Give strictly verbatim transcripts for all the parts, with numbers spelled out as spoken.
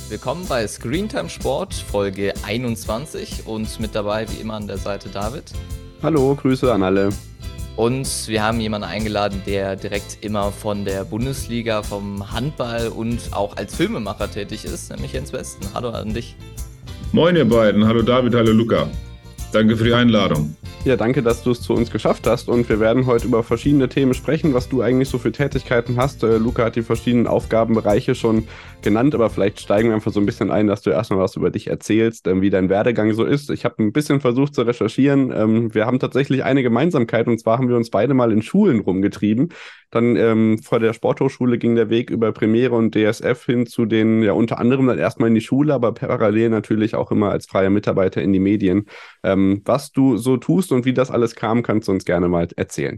Willkommen bei Screentime Sport, Folge einundzwanzig und mit dabei wie immer an der Seite David. Hallo, Grüße an alle. Und wir haben jemanden eingeladen, der direkt immer von der Bundesliga, vom Handball und auch als Filmemacher tätig ist, nämlich Jens Westen. Hallo an dich. Moin ihr beiden, hallo David, hallo Luca. Danke für die Einladung. Ja, danke, dass du es zu uns geschafft hast und wir werden heute über verschiedene Themen sprechen, was du eigentlich so für Tätigkeiten hast. Äh, Luca hat die verschiedenen Aufgabenbereiche schon genannt, aber vielleicht steigen wir einfach so ein bisschen ein, dass du erstmal was über dich erzählst, ähm, wie dein Werdegang so ist. Ich habe ein bisschen versucht zu recherchieren. Ähm, wir haben tatsächlich eine Gemeinsamkeit und zwar haben wir uns beide mal in Schulen rumgetrieben. Dann ähm, vor der Sporthochschule ging der Weg über Premiere und D S F hin zu den, ja unter anderem dann erstmal in die Schule, aber parallel natürlich auch immer als freier Mitarbeiter in die Medien. Ähm, was du so tust und wie das alles kam, kannst du uns gerne mal erzählen.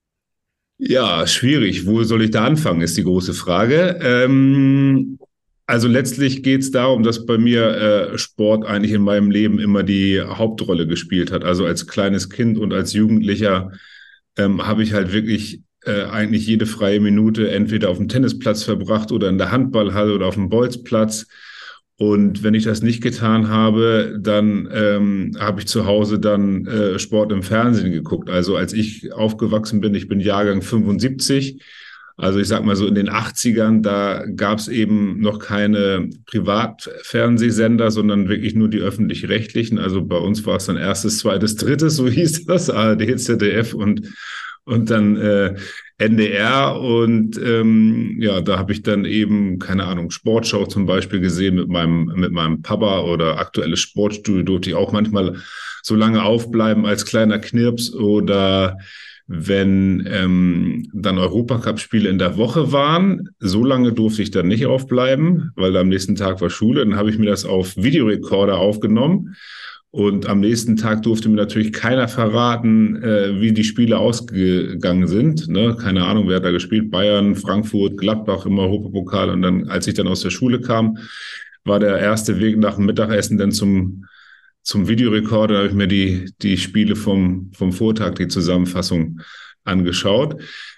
Ja, schwierig. Wo soll ich da anfangen, ist die große Frage. Ähm, also letztlich geht es darum, dass bei mir äh, Sport eigentlich in meinem Leben immer die Hauptrolle gespielt hat. Also als kleines Kind und als Jugendlicher ähm, habe ich halt wirklich äh, eigentlich jede freie Minute entweder auf dem Tennisplatz verbracht oder in der Handballhalle oder auf dem Bolzplatz. Und wenn ich das nicht getan habe, dann ähm, habe ich zu Hause dann äh, Sport im Fernsehen geguckt. Also als ich aufgewachsen bin, ich bin Jahrgang fünfundsiebzig, also ich sag mal so in den achtzigern, da gab es eben noch keine Privatfernsehsender, sondern wirklich nur die öffentlich-rechtlichen. Also bei uns war es dann erstes, zweites, drittes, so hieß das, A R D, Z D F und und dann äh, N D R und ähm, ja, da habe ich dann eben, keine Ahnung, Sportschau zum Beispiel gesehen mit meinem mit meinem Papa oder aktuelles Sportstudio, durfte ich auch manchmal so lange aufbleiben als kleiner Knirps oder wenn ähm, dann Europacup-Spiele in der Woche waren, so lange durfte ich dann nicht aufbleiben, weil am nächsten Tag war Schule, dann habe ich mir das auf Videorekorder aufgenommen. Und am nächsten Tag durfte mir natürlich keiner verraten, äh, wie die Spiele ausgegangen sind. Ne? Keine Ahnung, wer hat da gespielt? Bayern, Frankfurt, Gladbach im Europapokal. Und dann, als ich dann aus der Schule kam, war der erste Weg nach dem Mittagessen dann zum, zum Videorekorder. Da habe ich mir die, die Spiele vom, vom Vortag, die Zusammenfassung angeschaut.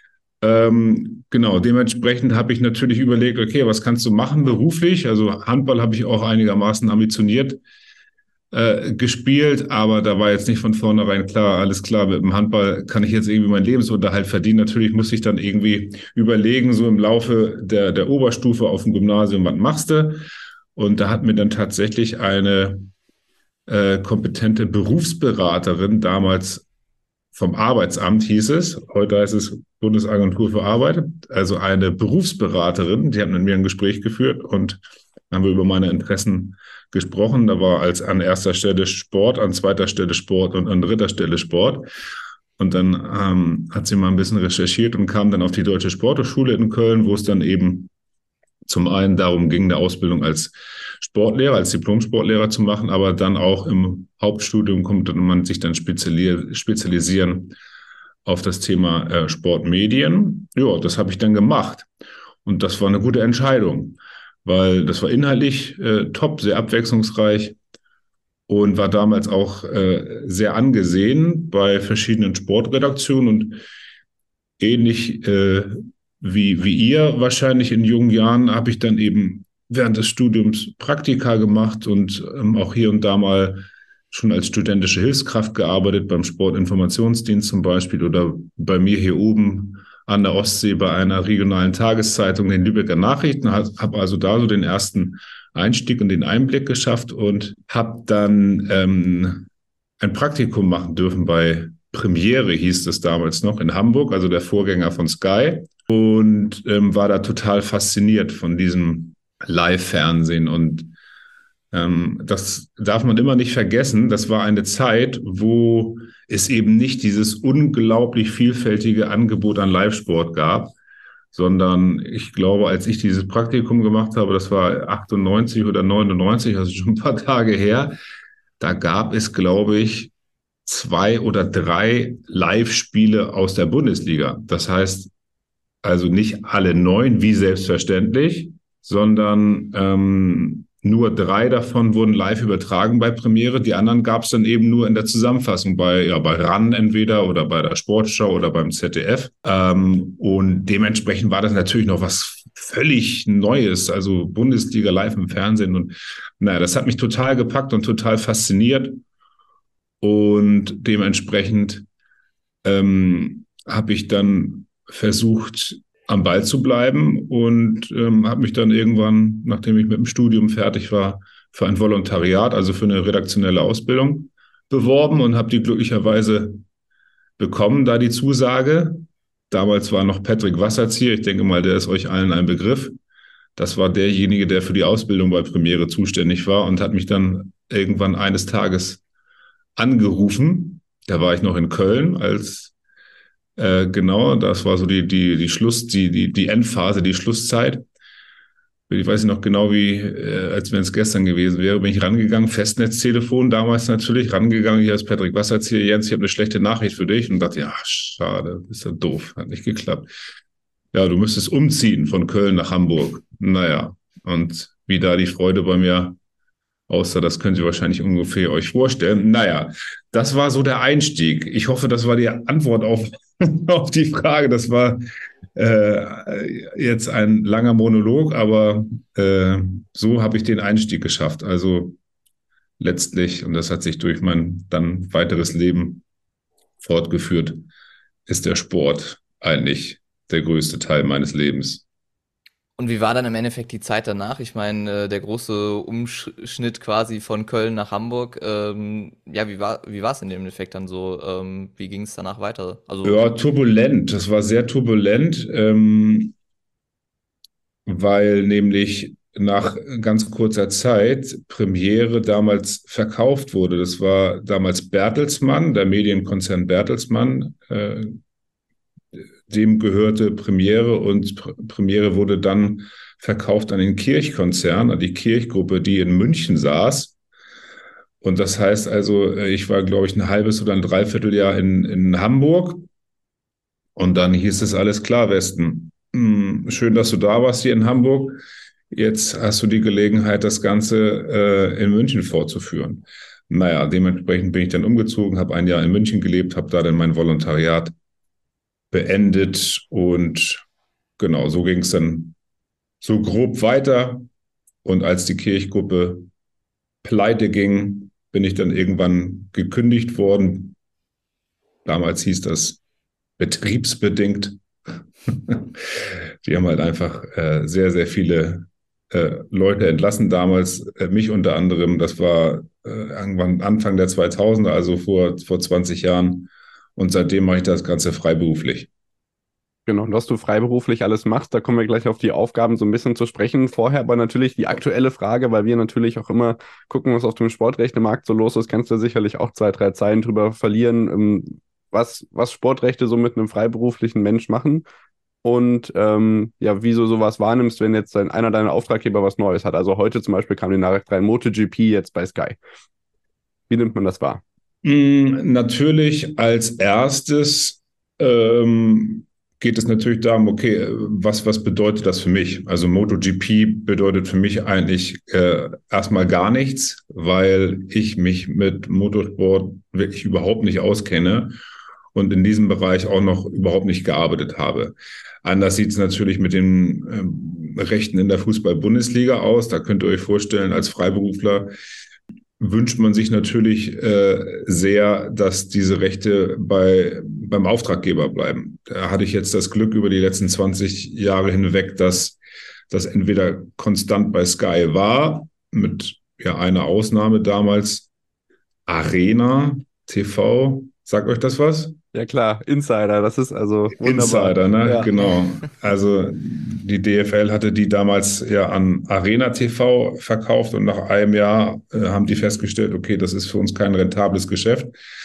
Ähm, genau, dementsprechend habe ich natürlich überlegt, okay, was kannst du machen beruflich? Also Handball habe ich auch einigermaßen ambitioniert Äh, gespielt, aber da war jetzt nicht von vornherein klar, alles klar, mit dem Handball kann ich jetzt irgendwie meinen Lebensunterhalt verdienen. Natürlich musste ich dann irgendwie überlegen, so im Laufe der, der Oberstufe auf dem Gymnasium, was machst du? Und da hat mir dann tatsächlich eine äh, kompetente Berufsberaterin, damals vom Arbeitsamt hieß es, heute heißt es Bundesagentur für Arbeit, also eine Berufsberaterin, die hat mit mir ein Gespräch geführt und haben wir über meine Interessen gesprochen. Da war als an erster Stelle Sport, an zweiter Stelle Sport und an dritter Stelle Sport. Und dann ähm, hat sie mal ein bisschen recherchiert und kam dann auf die Deutsche Sporthochschule in Köln, wo es dann eben zum einen darum ging, eine Ausbildung als Sportlehrer, als Diplom-Sportlehrer zu machen, aber dann auch im Hauptstudium konnte man sich dann speziali- spezialisieren auf das Thema äh, Sportmedien. Ja, das habe ich dann gemacht. Und das war eine gute Entscheidung, weil das war inhaltlich äh, top, sehr abwechslungsreich und war damals auch äh, sehr angesehen bei verschiedenen Sportredaktionen und ähnlich äh, wie, wie ihr wahrscheinlich in jungen Jahren habe ich dann eben während des Studiums Praktika gemacht und ähm, auch hier und da mal schon als studentische Hilfskraft gearbeitet, beim Sportinformationsdienst zum Beispiel oder bei mir hier oben an der Ostsee bei einer regionalen Tageszeitung, den Lübecker Nachrichten, habe also da so den ersten Einstieg und den Einblick geschafft und habe dann ähm, ein Praktikum machen dürfen bei Premiere, hieß es damals noch, in Hamburg, also der Vorgänger von Sky und ähm, war da total fasziniert von diesem Live-Fernsehen und ähm, das darf man immer nicht vergessen. Das war eine Zeit, wo es eben nicht dieses unglaublich vielfältige Angebot an Live-Sport gab, sondern ich glaube, als ich dieses Praktikum gemacht habe, das war achtundneunzig oder neunundneunzig, also schon ein paar Tage her, da gab es, glaube ich, zwei oder drei Live-Spiele aus der Bundesliga. Das heißt also nicht alle neun, wie selbstverständlich, sondern ähm, Nur drei davon wurden live übertragen bei Premiere. Die anderen gab es dann eben nur in der Zusammenfassung bei, ja, bei RAN entweder oder bei der Sportschau oder beim Z D F. Ähm, und dementsprechend war das natürlich noch was völlig Neues. Also Bundesliga live im Fernsehen. Und naja, das hat mich total gepackt und total fasziniert. Und dementsprechend ähm, habe ich dann versucht, am Ball zu bleiben und ähm, habe mich dann irgendwann, nachdem ich mit dem Studium fertig war, für ein Volontariat, also für eine redaktionelle Ausbildung beworben und habe die glücklicherweise bekommen, da die Zusage. Damals war noch Patrick Wasserzieher, ich denke mal, der ist euch allen ein Begriff. Das war derjenige, der für die Ausbildung bei Premiere zuständig war und hat mich dann irgendwann eines Tages angerufen. Da war ich noch in Köln als Äh, genau, das war so die, die, die Schluss, die, die, die Endphase, die Schlusszeit. Ich weiß nicht noch genau, wie, äh, als wenn es gestern gewesen wäre, bin ich rangegangen, Festnetztelefon damals natürlich, rangegangen, hier ist Patrick Wasserzieher, Jens, ich habe eine schlechte Nachricht für dich und dachte, ja, schade, ist ja doof, hat nicht geklappt. Ja, du müsstest umziehen von Köln nach Hamburg. Naja, und wie da die Freude bei mir aussah, das könnt ihr wahrscheinlich ungefähr euch vorstellen. Naja, das war so der Einstieg. Ich hoffe, das war die Antwort auf, auf die Frage. Das war äh, jetzt ein langer Monolog, aber äh, so habe ich den Einstieg geschafft. Also letztlich, und das hat sich durch mein dann weiteres Leben fortgeführt, ist der Sport eigentlich der größte Teil meines Lebens. Und wie war dann im Endeffekt die Zeit danach? Ich meine, äh, der große Umschnitt quasi von Köln nach Hamburg. Ähm, ja, wie war, wie war es in dem Endeffekt dann so? Ähm, wie ging es danach weiter? Also, Ja, turbulent. Das war sehr turbulent, ähm, weil nämlich nach ganz kurzer Zeit Premiere damals verkauft wurde. Das war damals Bertelsmann, der Medienkonzern Bertelsmann. Äh, dem gehörte Premiere und Premiere wurde dann verkauft an den Kirch-Konzern, an die Kirch-Gruppe, die in München saß. Und das heißt also, ich war, glaube ich, ein halbes oder ein Dreivierteljahr in, in Hamburg. Und dann hieß es, alles klar, Westen. Schön, dass du da warst hier in Hamburg. Jetzt hast du die Gelegenheit, das Ganze äh, in München fortzuführen. Naja, dementsprechend bin ich dann umgezogen, habe ein Jahr in München gelebt, habe da dann mein Volontariat beendet und genau, so ging es dann so grob weiter. Und als die Kirchgruppe pleite ging, bin ich dann irgendwann gekündigt worden. Damals hieß das betriebsbedingt. Die haben halt einfach äh, sehr, sehr viele äh, Leute entlassen damals, äh, mich unter anderem. Das war äh, irgendwann Anfang der zweitausender, also vor, vor zwanzig Jahren. Und seitdem mache ich das Ganze freiberuflich. Genau, und was du freiberuflich alles machst, da kommen wir gleich auf die Aufgaben so ein bisschen zu sprechen. Vorher aber natürlich die aktuelle Frage, weil wir natürlich auch immer gucken, was auf dem Sportrechtemarkt so los ist. Kannst du sicherlich auch zwei, drei Zeilen drüber verlieren, was, was Sportrechte so mit einem freiberuflichen Mensch machen und ähm, ja, wie du sowas wahrnimmst, wenn jetzt ein, einer deiner Auftraggeber was Neues hat. Also heute zum Beispiel kam die Nachricht rein, MotoGP jetzt bei Sky. Wie nimmt man das wahr? Mm, natürlich als erstes ähm, geht es natürlich darum, okay, was, was bedeutet das für mich? Also MotoGP bedeutet für mich eigentlich äh, erstmal gar nichts, weil ich mich mit Motorsport wirklich überhaupt nicht auskenne und in diesem Bereich auch noch überhaupt nicht gearbeitet habe. Anders sieht es natürlich mit den ähm, Rechten in der Fußball-Bundesliga aus. Da könnt ihr euch vorstellen, als Freiberufler wünscht man sich natürlich äh, sehr, dass diese Rechte bei, beim Auftraggeber bleiben. Da hatte ich jetzt das Glück über die letzten zwanzig Jahre hinweg, dass das entweder konstant bei Sky war, mit ja einer Ausnahme damals, Arena T V. Sagt euch das was? Ja klar, Insider, das ist also wunderbar. Insider, ne? Ja. Genau. Also die D F L hatte die damals ja an Arena T V verkauft und nach einem Jahr äh, haben die festgestellt, okay, das ist für uns kein rentables Geschäft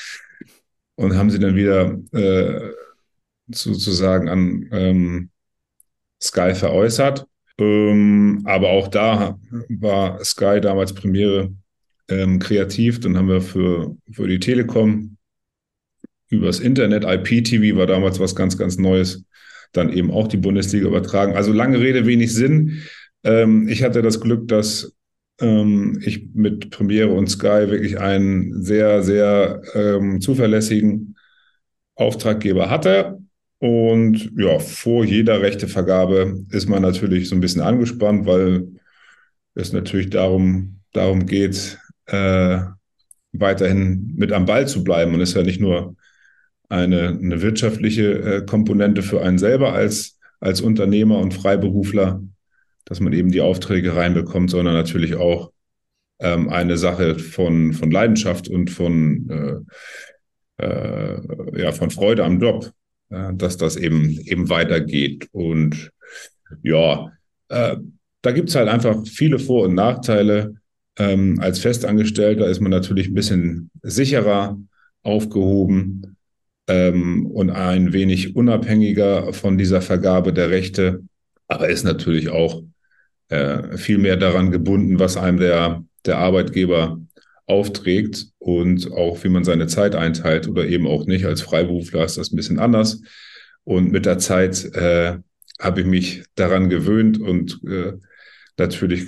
und haben sie dann wieder äh, sozusagen an ähm, Sky veräußert. Ähm, aber auch da war Sky damals Premiere ähm, kreativ. Dann haben wir für, für die Telekom übers Internet, I P T V war damals was ganz, ganz Neues, dann eben auch die Bundesliga übertragen. Also lange Rede, wenig Sinn. Ähm, ich hatte das Glück, dass Ähm, ich mit Premiere und Sky wirklich einen sehr, sehr ähm, zuverlässigen Auftraggeber hatte. Und ja, vor jeder Rechtevergabe ist man natürlich so ein bisschen angespannt, weil es natürlich darum, darum geht, äh, weiterhin mit am Ball zu bleiben. Und es ist ja nicht nur eine, eine wirtschaftliche äh, Komponente für einen selber als, als Unternehmer und Freiberufler, dass man eben die Aufträge reinbekommt, sondern natürlich auch ähm, eine Sache von, von Leidenschaft und von, äh, äh, ja, von Freude am Job, äh, dass das eben, eben weitergeht. Und ja, äh, da gibt es halt einfach viele Vor- und Nachteile. Ähm, als Festangestellter ist man natürlich ein bisschen sicherer aufgehoben ähm, und ein wenig unabhängiger von dieser Vergabe der Rechte, aber ist natürlich auch äh, viel mehr daran gebunden, was einem der, der Arbeitgeber aufträgt und auch wie man seine Zeit einteilt oder eben auch nicht. Als Freiberufler ist das ein bisschen anders. Und mit der Zeit äh, habe ich mich daran gewöhnt und äh, natürlich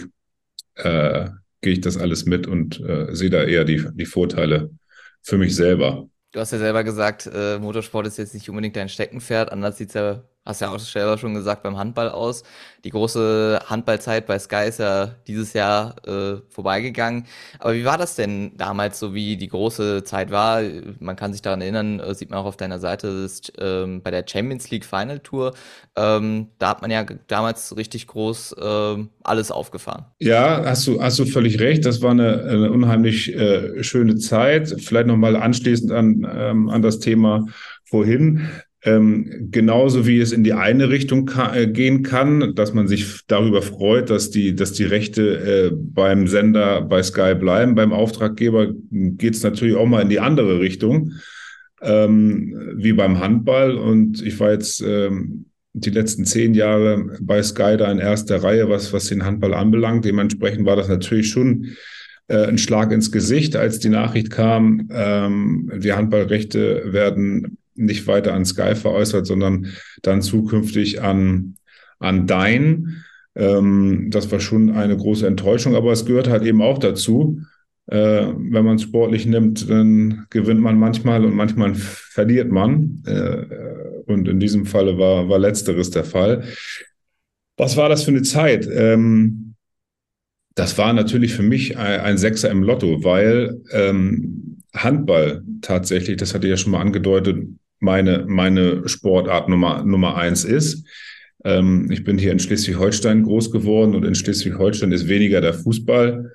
äh, gehe ich das alles mit und äh, sehe da eher die, die Vorteile für mich selber. Du hast ja selber gesagt, äh, Motorsport ist jetzt nicht unbedingt dein Steckenpferd. Anders sieht's ja, hast ja auch selber schon gesagt, beim Handball aus. Die große Handballzeit bei Sky ist ja dieses Jahr äh, vorbeigegangen. Aber wie war das denn damals, so wie die große Zeit war? Man kann sich daran erinnern, äh, sieht man auch auf deiner Seite, das, ähm, bei der Champions League Final Tour. Ähm, da hat man ja damals richtig groß ähm, alles aufgefahren. Ja, hast du, hast du völlig recht. Das war eine, eine unheimlich äh, schöne Zeit. Vielleicht nochmal anschließend an, ähm, an das Thema vorhin. Ähm, genauso wie es in die eine Richtung ka äh, gehen kann, dass man sich darüber freut, dass die, dass die Rechte äh, beim Sender bei Sky bleiben, beim Auftraggeber, geht es natürlich auch mal in die andere Richtung, ähm, wie beim Handball. Und ich war jetzt ähm, die letzten zehn Jahre bei Sky da in erster Reihe, was, was den Handball anbelangt. Dementsprechend war das natürlich schon äh, ein Schlag ins Gesicht, als die Nachricht kam, ähm, die Handballrechte werden nicht weiter an Sky veräußert, sondern dann zukünftig an, an Dein. Ähm, das war schon eine große Enttäuschung, aber es gehört halt eben auch dazu. Äh, wenn man es sportlich nimmt, dann gewinnt man manchmal und manchmal verliert man. Äh, und in diesem Falle war, war Letzteres der Fall. Was war das für eine Zeit? Ähm, das war natürlich für mich ein, ein Sechser im Lotto, weil ähm, Handball tatsächlich, das hatte ich ja schon mal angedeutet, meine, meine Sportart Nummer, Nummer eins ist. Ähm, ich bin hier in Schleswig-Holstein groß geworden und in Schleswig-Holstein ist weniger der Fußball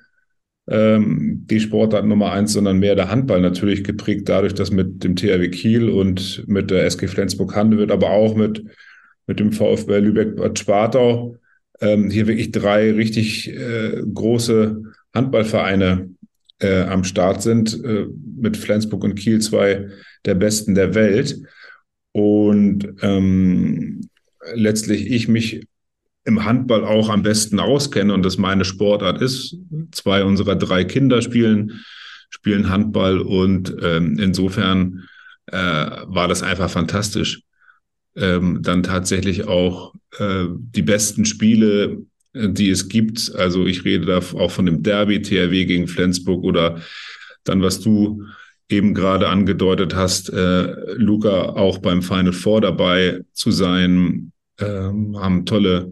ähm, die Sportart Nummer eins, sondern mehr der Handball, natürlich geprägt dadurch, dass mit dem T H W Kiel und mit der S G Flensburg-Handewitt, aber auch mit, mit dem VfB Lübeck-Bad Spartau ähm, hier wirklich drei richtig äh, große Handballvereine äh, am Start sind, äh, mit Flensburg und Kiel zwei der besten der Welt. Und ähm, letztlich ich mich im Handball auch am besten auskenne und das meine Sportart ist. Zwei unserer drei Kinder spielen, spielen Handball und ähm, insofern äh, war das einfach fantastisch. Ähm, dann tatsächlich auch äh, die besten Spiele, äh, die es gibt. Also ich rede da auch von dem Derby T H W gegen Flensburg oder dann, was du eben gerade angedeutet hast, äh, Luca, auch beim Final Four dabei zu sein, ähm, haben tolle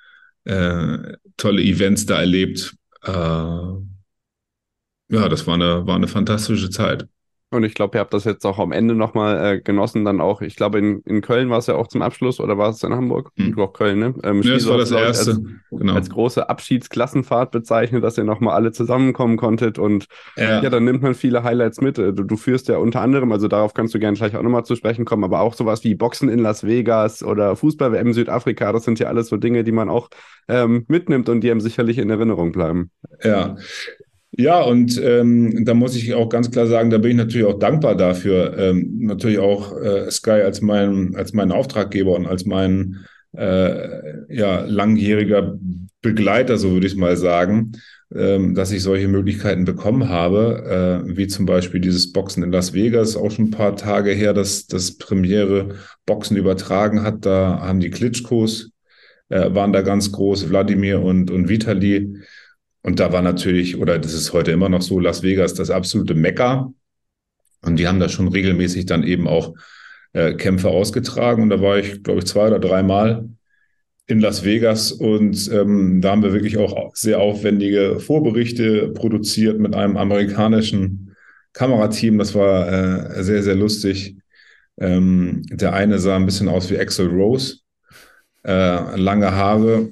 äh, tolle Events da erlebt. Äh, ja, das war eine, war eine fantastische Zeit. Und ich glaube, ihr habt das jetzt auch am Ende nochmal äh, genossen, dann auch, ich glaube, in, in Köln war es ja auch zum Abschluss oder war es in Hamburg? Hm. Du auch Köln, ne? Ähm, Ja, das war das erste, als, genau. als große Abschiedsklassenfahrt bezeichnet, dass ihr nochmal alle zusammenkommen konntet und ja. ja, dann nimmt man viele Highlights mit. Du, du führst ja unter anderem, also darauf kannst du gerne gleich auch nochmal zu sprechen kommen, aber auch sowas wie Boxen in Las Vegas oder Fußball-W M Südafrika, das sind ja alles so Dinge, die man auch ähm, mitnimmt und die einem sicherlich in Erinnerung bleiben. Ja. Ja, und ähm, da muss ich auch ganz klar sagen, da bin ich natürlich auch dankbar dafür. Ähm, natürlich auch äh, Sky als mein, als mein Auftraggeber und als mein äh, ja, langjähriger Begleiter, so würde ich mal sagen, ähm, dass ich solche Möglichkeiten bekommen habe, äh, wie zum Beispiel dieses Boxen in Las Vegas, auch schon ein paar Tage her, dass das Premiere Boxen übertragen hat. Da haben die Klitschkos, äh, waren da ganz groß, Wladimir und, und Vitali. Und da war natürlich, oder das ist heute immer noch so, Las Vegas das absolute Mekka. Und die haben da schon regelmäßig dann eben auch äh, Kämpfe ausgetragen. Und da war ich, glaube ich, zwei oder dreimal in Las Vegas. Und ähm, da haben wir wirklich auch sehr aufwendige Vorberichte produziert mit einem amerikanischen Kamerateam. Das war äh, sehr, sehr lustig. Ähm, der eine sah ein bisschen aus wie Axl Rose, äh, lange Haare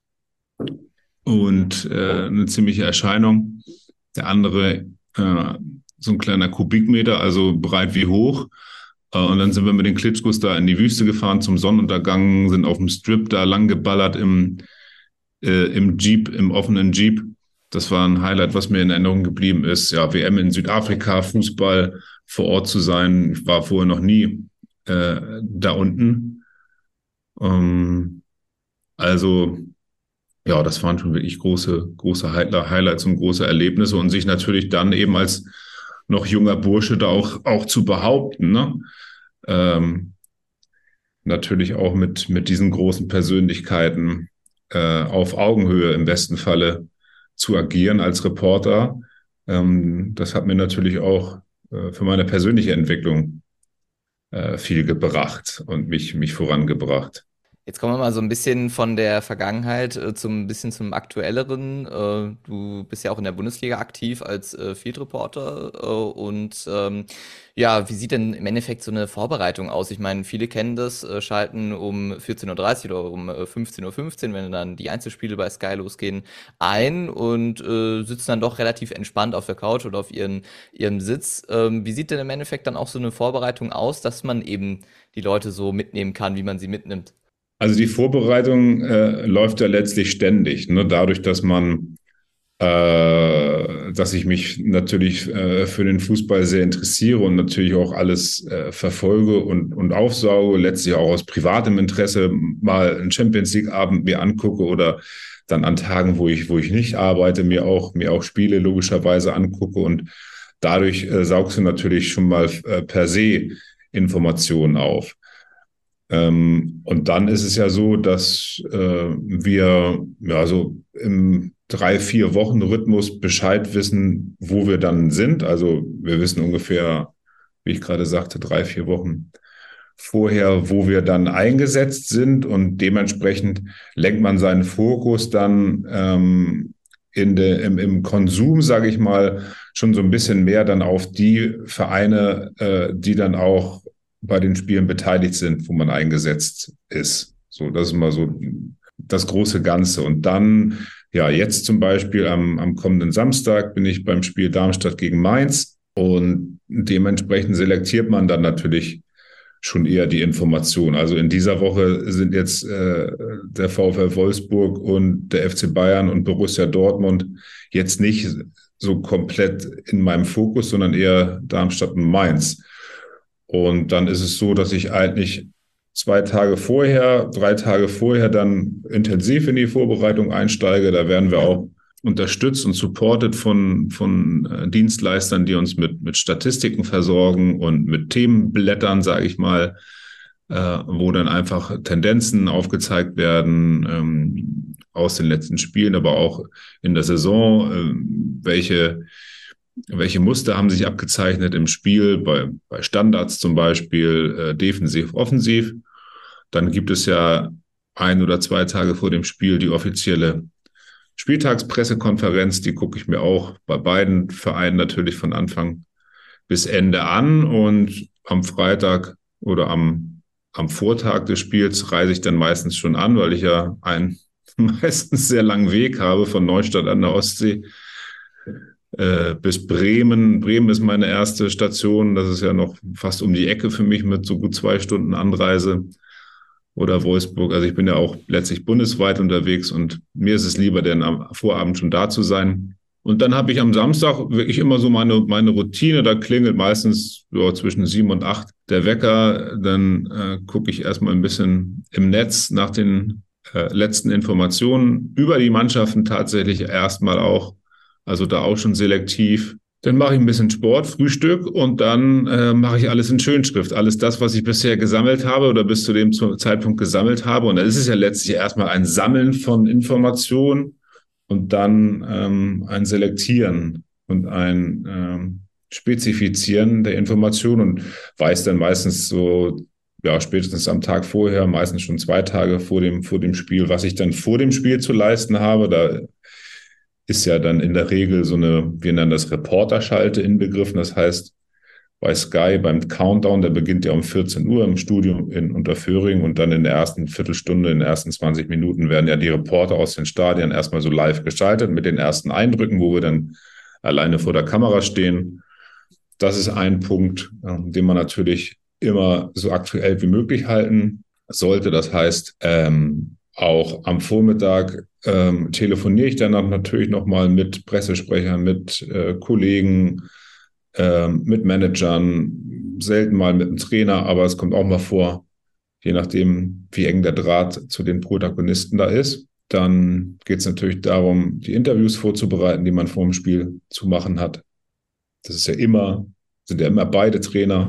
und äh, eine ziemliche Erscheinung. Der andere äh, so ein kleiner Kubikmeter, also breit wie hoch. Äh, und dann sind wir mit den Klitschkos da in die Wüste gefahren zum Sonnenuntergang, sind auf dem Strip da lang geballert im, äh, im Jeep, im offenen Jeep. Das war ein Highlight, was mir in Erinnerung geblieben ist. Ja, W M in Südafrika, Fußball, vor Ort zu sein. Ich war vorher noch nie äh, da unten. Ähm, also, ja, das waren schon wirklich große, große Highlights und große Erlebnisse und sich natürlich dann eben als noch junger Bursche da auch, auch zu behaupten, ne? Ähm, natürlich auch mit, mit diesen großen Persönlichkeiten äh, auf Augenhöhe im besten Falle zu agieren als Reporter. Ähm, das hat mir natürlich auch äh, für meine persönliche Entwicklung äh, viel gebracht und mich, mich vorangebracht. Jetzt kommen wir mal so ein bisschen von der Vergangenheit äh, zum bisschen zum aktuelleren. Äh, du bist ja auch in der Bundesliga aktiv als äh, Field Reporter äh, und ähm, ja, wie sieht denn im Endeffekt so eine Vorbereitung aus? Ich meine, viele kennen das, äh, schalten um vierzehn Uhr dreißig oder um äh, fünfzehn Uhr fünfzehn, wenn dann die Einzelspiele bei Sky losgehen, ein und äh, sitzen dann doch relativ entspannt auf der Couch oder auf ihren, ihrem Sitz. Ähm, wie sieht denn im Endeffekt dann auch so eine Vorbereitung aus, dass man eben die Leute so mitnehmen kann, wie man sie mitnimmt? Also die Vorbereitung äh, läuft ja letztlich ständig, ne? Dadurch, dass man, äh, dass ich mich natürlich äh, für den Fußball sehr interessiere und natürlich auch alles äh, verfolge und, und aufsauge, letztlich auch aus privatem Interesse mal einen Champions League Abend mir angucke oder dann an Tagen, wo ich, wo ich nicht arbeite, mir auch, mir auch Spiele logischerweise angucke und dadurch äh, saugst du natürlich schon mal äh, per se Informationen auf. Ähm, und dann ist es ja so, dass äh, wir ja so im drei, vier Wochen Rhythmus Bescheid wissen, wo wir dann sind. Also wir wissen ungefähr, wie ich gerade sagte, drei, vier Wochen vorher, wo wir dann eingesetzt sind und dementsprechend lenkt man seinen Fokus dann ähm, in de, im, im Konsum, sage ich mal, schon so ein bisschen mehr dann auf die Vereine, äh, die dann auch bei den Spielen beteiligt sind, wo man eingesetzt ist. So, das ist mal so das große Ganze. Und dann, ja, jetzt zum Beispiel am, am kommenden Samstag bin ich beim Spiel Darmstadt gegen Mainz und dementsprechend selektiert man dann natürlich schon eher die Information. Also in dieser Woche sind jetzt äh, der VfL Wolfsburg und der F C Bayern und Borussia Dortmund jetzt nicht so komplett in meinem Fokus, sondern eher Darmstadt und Mainz. Und dann ist es so, dass ich eigentlich zwei Tage vorher, drei Tage vorher dann intensiv in die Vorbereitung einsteige. Da werden wir auch unterstützt und supported von, von äh, Dienstleistern, die uns mit, mit Statistiken versorgen und mit Themenblättern, sage ich mal, äh, wo dann einfach Tendenzen aufgezeigt werden ähm, aus den letzten Spielen, aber auch in der Saison, äh, welche Welche Muster haben sich abgezeichnet im Spiel, bei, bei Standards zum Beispiel, äh, defensiv, offensiv? Dann gibt es ja ein oder zwei Tage vor dem Spiel die offizielle Spieltagspressekonferenz. Die gucke ich mir auch bei beiden Vereinen natürlich von Anfang bis Ende an. Und am Freitag oder am, am Vortag des Spiels reise ich dann meistens schon an, weil ich ja einen meistens sehr langen Weg habe von Neustadt an der Ostsee bis Bremen. Bremen ist meine erste Station. Das ist ja noch fast um die Ecke für mich mit so gut zwei Stunden Anreise. Oder Wolfsburg. Also ich bin ja auch letztlich bundesweit unterwegs und mir ist es lieber, denn am Vorabend schon da zu sein. Und dann habe ich am Samstag wirklich immer so meine, meine Routine. Da klingelt meistens so zwischen sieben und acht der Wecker. Dann äh, gucke ich erstmal ein bisschen im Netz nach den äh, letzten Informationen über die Mannschaften tatsächlich erstmal auch. Also da auch schon selektiv. Dann mache ich ein bisschen Sport, Frühstück und dann äh, mache ich alles in Schönschrift. Alles das, was ich bisher gesammelt habe oder bis zu dem Zeitpunkt gesammelt habe. Und dann ist es ja letztlich erstmal ein Sammeln von Informationen und dann ähm, ein Selektieren und ein ähm, Spezifizieren der Information und weiß dann meistens so, ja, spätestens am Tag vorher, meistens schon zwei Tage vor dem, vor dem Spiel, was ich dann vor dem Spiel zu leisten habe. Da ist ja dann in der Regel so eine, wir nennen das Reporterschalte inbegriffen. Das heißt, bei Sky beim Countdown, der beginnt ja um vierzehn Uhr im Studio in Unterföhring und dann in der ersten Viertelstunde, in den ersten zwanzig Minuten werden ja die Reporter aus den Stadien erstmal so live geschaltet mit den ersten Eindrücken, wo wir dann alleine vor der Kamera stehen. Das ist ein Punkt, den man natürlich immer so aktuell wie möglich halten sollte. Das heißt, ähm, auch am Vormittag ähm, telefoniere ich dann natürlich nochmal mit Pressesprechern, mit äh, Kollegen, äh, mit Managern, selten mal mit einem Trainer, aber es kommt auch mal vor, je nachdem, wie eng der Draht zu den Protagonisten da ist. Dann geht es natürlich darum, die Interviews vorzubereiten, die man vor dem Spiel zu machen hat. Das ist ja immer, sind ja immer beide Trainer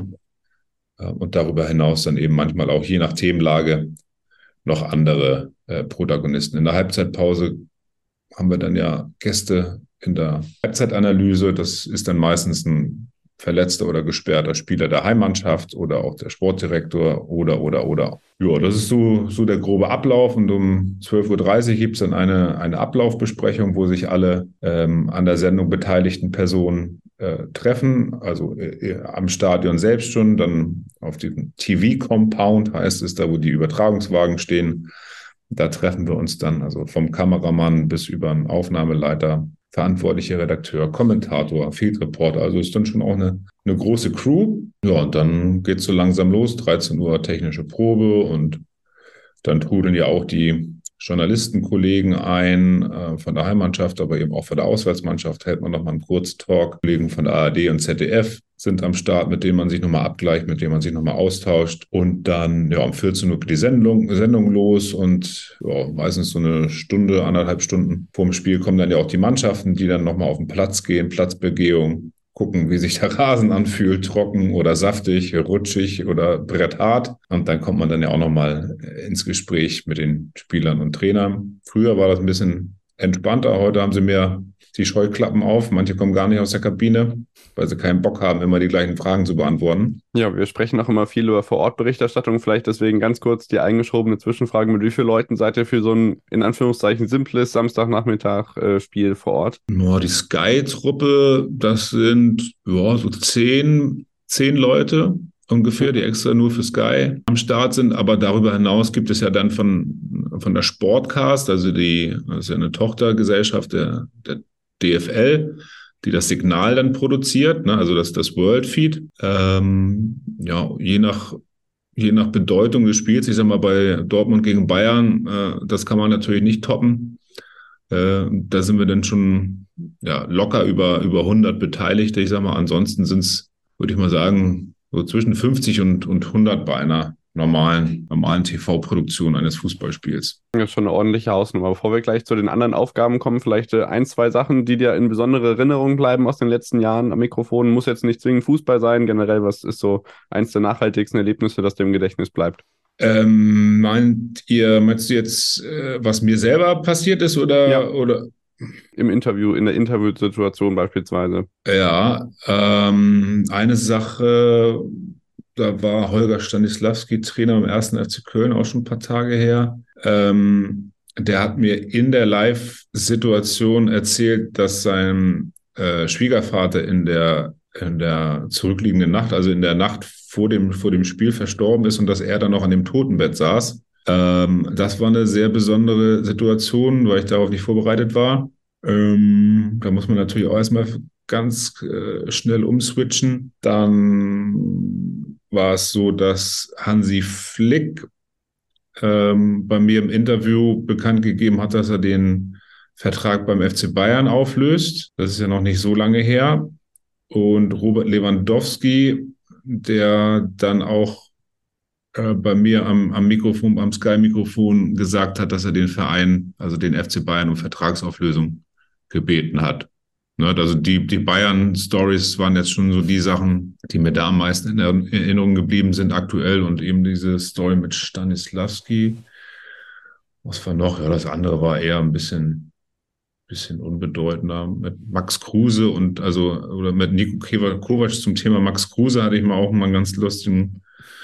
äh, und darüber hinaus dann eben manchmal auch je nach Themenlage noch andere äh, Protagonisten. In der Halbzeitpause haben wir dann ja Gäste in der Halbzeitanalyse. Das ist dann meistens ein verletzter oder gesperrter Spieler der Heimmannschaft oder auch der Sportdirektor oder, oder, oder. Ja, das ist so, so der grobe Ablauf. Und um zwölf Uhr dreißig gibt es dann eine, eine Ablaufbesprechung, wo sich alle ähm, an der Sendung beteiligten Personen äh, treffen. Also äh, am Stadion selbst schon, dann auf dem T V-Compound heißt es, da wo die Übertragungswagen stehen. Da treffen wir uns dann, also vom Kameramann bis über einen Aufnahmeleiter, verantwortlicher Redakteur, Kommentator, Field Reporter. Also ist dann schon auch eine, eine große Crew. Ja, und dann geht es so langsam los. dreizehn Uhr technische Probe und dann trudeln ja auch die Journalistenkollegen ein äh, von der Heimmannschaft, aber eben auch von der Auswärtsmannschaft. Hält man nochmal einen Kurztalk. Kollegen von der A R D und Z D F sind am Start, mit denen man sich nochmal abgleicht, mit denen man sich nochmal austauscht. Und dann, ja, um vierzehn Uhr geht die Sendung, Sendung los und ja, meistens so eine Stunde, anderthalb Stunden vor dem Spiel kommen dann ja auch die Mannschaften, die dann nochmal auf den Platz gehen, Platzbegehung, gucken, wie sich der Rasen anfühlt, trocken oder saftig, rutschig oder bretthart. Und dann kommt man dann ja auch nochmal ins Gespräch mit den Spielern und Trainern. Früher war das ein bisschen entspannter. Heute haben sie mehr die Scheuklappen auf. Manche kommen gar nicht aus der Kabine, weil sie keinen Bock haben, immer die gleichen Fragen zu beantworten. Ja, wir sprechen auch immer viel über Vor-Ort-Berichterstattung. Vielleicht deswegen ganz kurz die eingeschobene Zwischenfrage. Mit wie vielen Leuten seid ihr für so ein, in Anführungszeichen, simples Samstagnachmittag-Spiel vor Ort? Ja, die Sky-Truppe, das sind ja, so zehn, zehn Leute ungefähr, die extra nur für Sky am Start sind. Aber darüber hinaus gibt es ja dann von, von der Sportcast, also die, das ist ja eine Tochtergesellschaft der, der D F L, die das Signal dann produziert, ne? Also das, das World Feed. Ähm, ja, je nach, je nach Bedeutung des Spiels, ich sag mal bei Dortmund gegen Bayern, äh, das kann man natürlich nicht toppen. Äh, da sind wir dann schon ja, locker über, über hundert Beteiligte. Ich sag mal, ansonsten sind es, würde ich mal sagen, so zwischen fünfzig und, und hundert bei einer normalen, normalen T V-Produktion eines Fußballspiels. Das ist schon eine ordentliche Hausnummer. Bevor wir gleich zu den anderen Aufgaben kommen, vielleicht äh, ein, zwei Sachen, die dir in besondere Erinnerung bleiben aus den letzten Jahren am Mikrofon. Muss jetzt nicht zwingend Fußball sein. Generell, was ist so eins der nachhaltigsten Erlebnisse, das dir im Gedächtnis bleibt? Ähm, meint ihr, meinst du jetzt, äh, was mir selber passiert ist oder, Ja. oder? Im Interview, in der Interviewsituation beispielsweise. Ja, ähm, eine Sache, da war Holger Stanislawski Trainer im ersten F C Köln, auch schon ein paar Tage her. Ähm, der hat mir in der Live-Situation erzählt, dass sein äh, Schwiegervater in der, in der zurückliegenden Nacht, also in der Nacht vor dem, vor dem Spiel verstorben ist und dass er dann noch an dem Totenbett saß. Ähm, das war eine sehr besondere Situation, weil ich darauf nicht vorbereitet war. Ähm, da muss man natürlich auch erstmal ganz äh, schnell umswitchen. Dann war es so, dass Hansi Flick ähm, bei mir im Interview bekannt gegeben hat, dass er den Vertrag beim F C Bayern auflöst. Das ist ja noch nicht so lange her. Und Robert Lewandowski, der dann auch äh, bei mir am, am Mikrofon, am Sky-Mikrofon gesagt hat, dass er den Verein, also den F C Bayern, um Vertragsauflösung gebeten hat. Ne, also die, die Bayern-Stories waren jetzt schon so die Sachen, die mir da am meisten in Erinnerung geblieben sind aktuell und eben diese Story mit Stanislawski. Was war noch? Ja, das andere war eher ein bisschen, bisschen unbedeutender, mit Max Kruse und also, oder mit Nico Kovac zum Thema Max Kruse hatte ich mal auch mal einen ganz lustigen,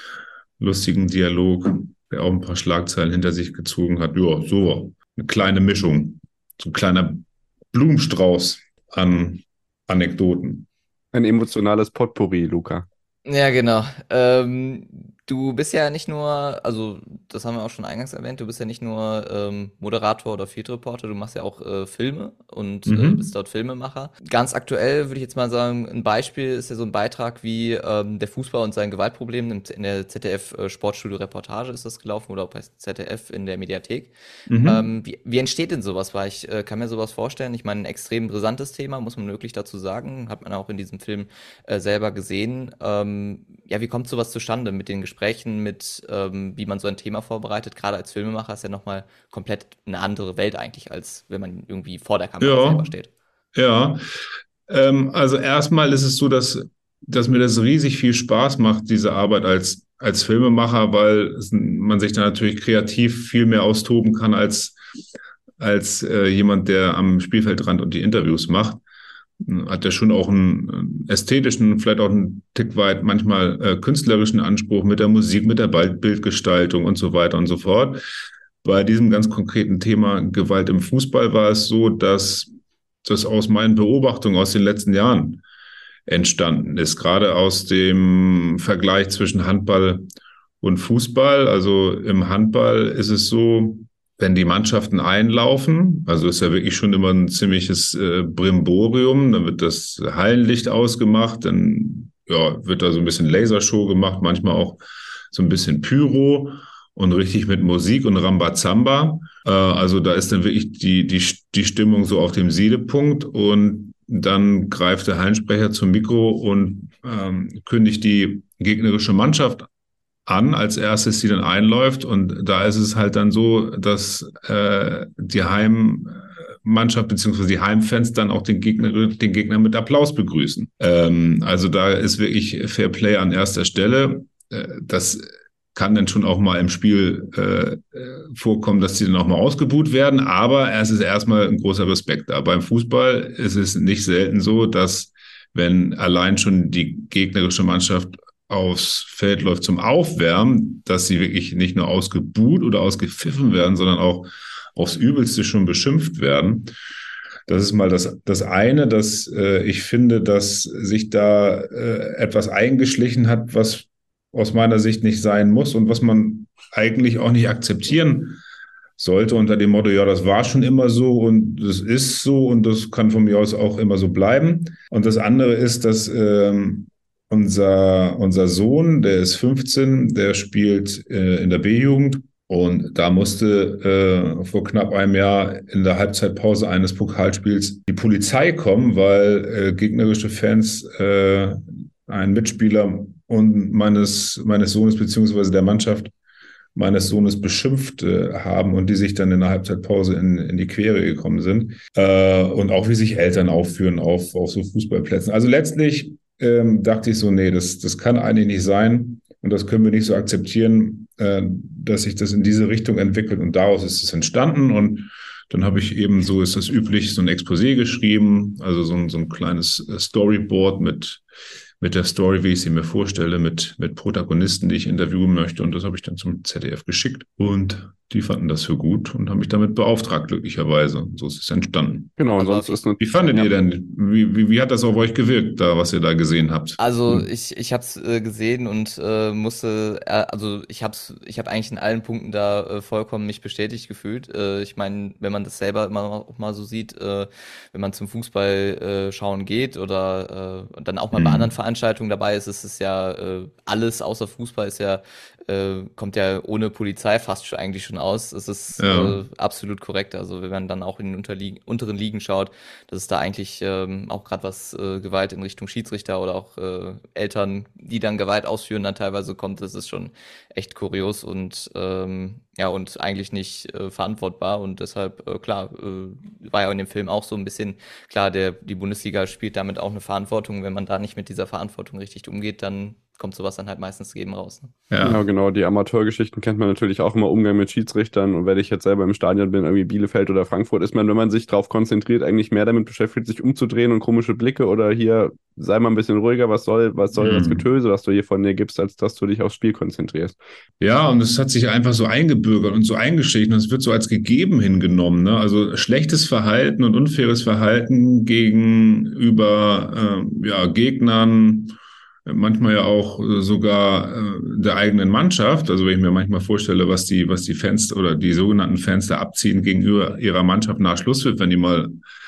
lustigen Dialog, der auch ein paar Schlagzeilen hinter sich gezogen hat. Ja, so eine kleine Mischung, so ein kleiner Blumenstrauß an Anekdoten. Ein emotionales Potpourri, Luca. Ja, genau. Ähm, du bist ja nicht nur, also das haben wir auch schon eingangs erwähnt, du bist ja nicht nur ähm, Moderator oder Field Reporter, du machst ja auch äh, Filme und äh, bist Mhm. dort Filmemacher. Ganz aktuell würde ich jetzt mal sagen, ein Beispiel ist ja so ein Beitrag wie ähm, der Fußball und sein Gewaltproblem in in der Z D F äh, Sportstudio Reportage ist das gelaufen oder auch bei Z D F in der Mediathek. Mhm. Ähm, wie, wie entsteht denn sowas? Weil ich äh, kann mir sowas vorstellen. Ich meine, ein extrem brisantes Thema, muss man wirklich dazu sagen. Hat man auch in diesem Film äh, selber gesehen. Ähm, ja, wie kommt sowas zustande mit den Gesprächen, mit ähm, wie man so ein Thema vorbereitet? Gerade als Filmemacher ist ja nochmal komplett eine andere Welt eigentlich, als wenn man irgendwie vor der Kamera selber Ja, steht. ja. Ähm, also erstmal ist es so, dass, dass mir das riesig viel Spaß macht, diese Arbeit als, als Filmemacher, weil es, man sich da natürlich kreativ viel mehr austoben kann als, als äh, jemand, der am Spielfeldrand und die Interviews macht. Hat ja schon auch einen ästhetischen, vielleicht auch einen Tick weit manchmal äh, künstlerischen Anspruch mit der Musik, mit der Bildgestaltung und so weiter und so fort. Bei diesem ganz konkreten Thema Gewalt im Fußball war es so, dass das aus meinen Beobachtungen aus den letzten Jahren entstanden ist, gerade aus dem Vergleich zwischen Handball und Fußball. Also im Handball ist es so, wenn die Mannschaften einlaufen, also ist ja wirklich schon immer ein ziemliches äh, Brimborium, dann wird das Hallenlicht ausgemacht, dann ja, wird da so ein bisschen Lasershow gemacht, manchmal auch so ein bisschen Pyro und richtig mit Musik und Rambazamba. Äh, also da ist dann wirklich die, die, die Stimmung so auf dem Siedepunkt und dann greift der Hallensprecher zum Mikro und ähm, kündigt die gegnerische Mannschaft an als erstes, die dann einläuft. Und da ist es halt dann so, dass äh, die Heimmannschaft beziehungsweise die Heimfans dann auch den Gegner, den Gegner mit Applaus begrüßen. Ähm, also da ist wirklich Fair Play an erster Stelle. Äh, das kann dann schon auch mal im Spiel äh, vorkommen, dass die dann auch mal ausgebuht werden. Aber es ist erstmal ein großer Respekt da. Beim Fußball ist es nicht selten so, dass wenn allein schon die gegnerische Mannschaft aufs Feld läuft zum Aufwärmen, dass sie wirklich nicht nur ausgebuht oder ausgepfiffen werden, sondern auch aufs Übelste schon beschimpft werden. Das ist mal das, das eine, dass äh, ich finde, dass sich da äh, etwas eingeschlichen hat, was aus meiner Sicht nicht sein muss und was man eigentlich auch nicht akzeptieren sollte unter dem Motto, ja, das war schon immer so und das ist so und das kann von mir aus auch immer so bleiben. Und das andere ist, dass ähm, unser, unser Sohn, der ist fünfzehn, der spielt äh, in der B-Jugend und da musste äh, vor knapp einem Jahr in der Halbzeitpause eines Pokalspiels die Polizei kommen, weil äh, gegnerische Fans äh, einen Mitspieler und meines, meines Sohnes beziehungsweise der Mannschaft meines Sohnes beschimpft äh, haben und die sich dann in der Halbzeitpause in, in die Quere gekommen sind. Äh, und auch wie sich Eltern aufführen auf, auf so Fußballplätzen. Also letztlich ähm, dachte ich so, nee, das, das kann eigentlich nicht sein und das können wir nicht so akzeptieren, äh, dass sich das in diese Richtung entwickelt und daraus ist es entstanden und dann habe ich eben, so ist das üblich, so ein Exposé geschrieben, also so ein, so ein kleines Storyboard mit mit der Story, wie ich sie mir vorstelle, mit, mit Protagonisten, die ich interviewen möchte. Und das habe ich dann zum Z D F geschickt. Und die fanden das für gut und haben mich damit beauftragt, glücklicherweise. So ist es entstanden. Genau, und Also sonst auf, ist eine, Wie fandet ja. ihr denn, wie, wie, wie hat das auf euch gewirkt, da, was ihr da gesehen habt? Also Hm. ich, ich habe es äh, gesehen und äh, musste, äh, also ich habe ich hab eigentlich in allen Punkten da äh, vollkommen mich bestätigt gefühlt. Äh, ich meine, wenn man das selber immer auch mal so sieht, äh, wenn man zum Fußball äh, schauen geht oder äh, dann auch mal bei anderen Hm. Veranstaltungen dabei ist, ist es ja äh, alles außer Fußball ist ja äh, kommt ja ohne Polizei fast schon eigentlich schon aus. Es ist Ja. äh, absolut korrekt. Also wenn man dann auch in den Unterliegen, unteren Ligen schaut, dass es da eigentlich ähm, auch gerade was äh, Gewalt in Richtung Schiedsrichter oder auch äh, Eltern, die dann Gewalt ausführen, dann teilweise kommt, das ist schon echt kurios und ähm, ja und eigentlich nicht äh, verantwortbar und deshalb äh, klar äh, war ja in dem Film auch so ein bisschen klar, der die Bundesliga spielt damit auch eine Verantwortung, wenn man da nicht mit dieser Verantwortung richtig umgeht, dann kommt sowas dann halt meistens eben raus. Ne? Ja. ja, genau. Die Amateurgeschichten kennt man natürlich auch immer, Umgang mit Schiedsrichtern. Und wenn ich jetzt selber im Stadion bin, irgendwie Bielefeld oder Frankfurt, ist man, wenn man sich darauf konzentriert, eigentlich mehr damit beschäftigt, sich umzudrehen und komische Blicke oder hier, sei mal ein bisschen ruhiger, was soll, was soll mhm. das Getöse, was du hier von dir gibst, als dass du dich aufs Spiel konzentrierst. Ja, und es hat sich einfach so eingebürgert und so eingeschlichen und es wird so als gegeben hingenommen. Ne? Also schlechtes Verhalten und unfaires Verhalten gegenüber äh, ja, Gegnern, manchmal ja auch sogar äh, der eigenen Mannschaft. Also wenn ich mir manchmal vorstelle, was die, was die Fans oder die sogenannten Fans da abziehen gegenüber ihrer Mannschaft nach Schlusspfiff, wenn die mal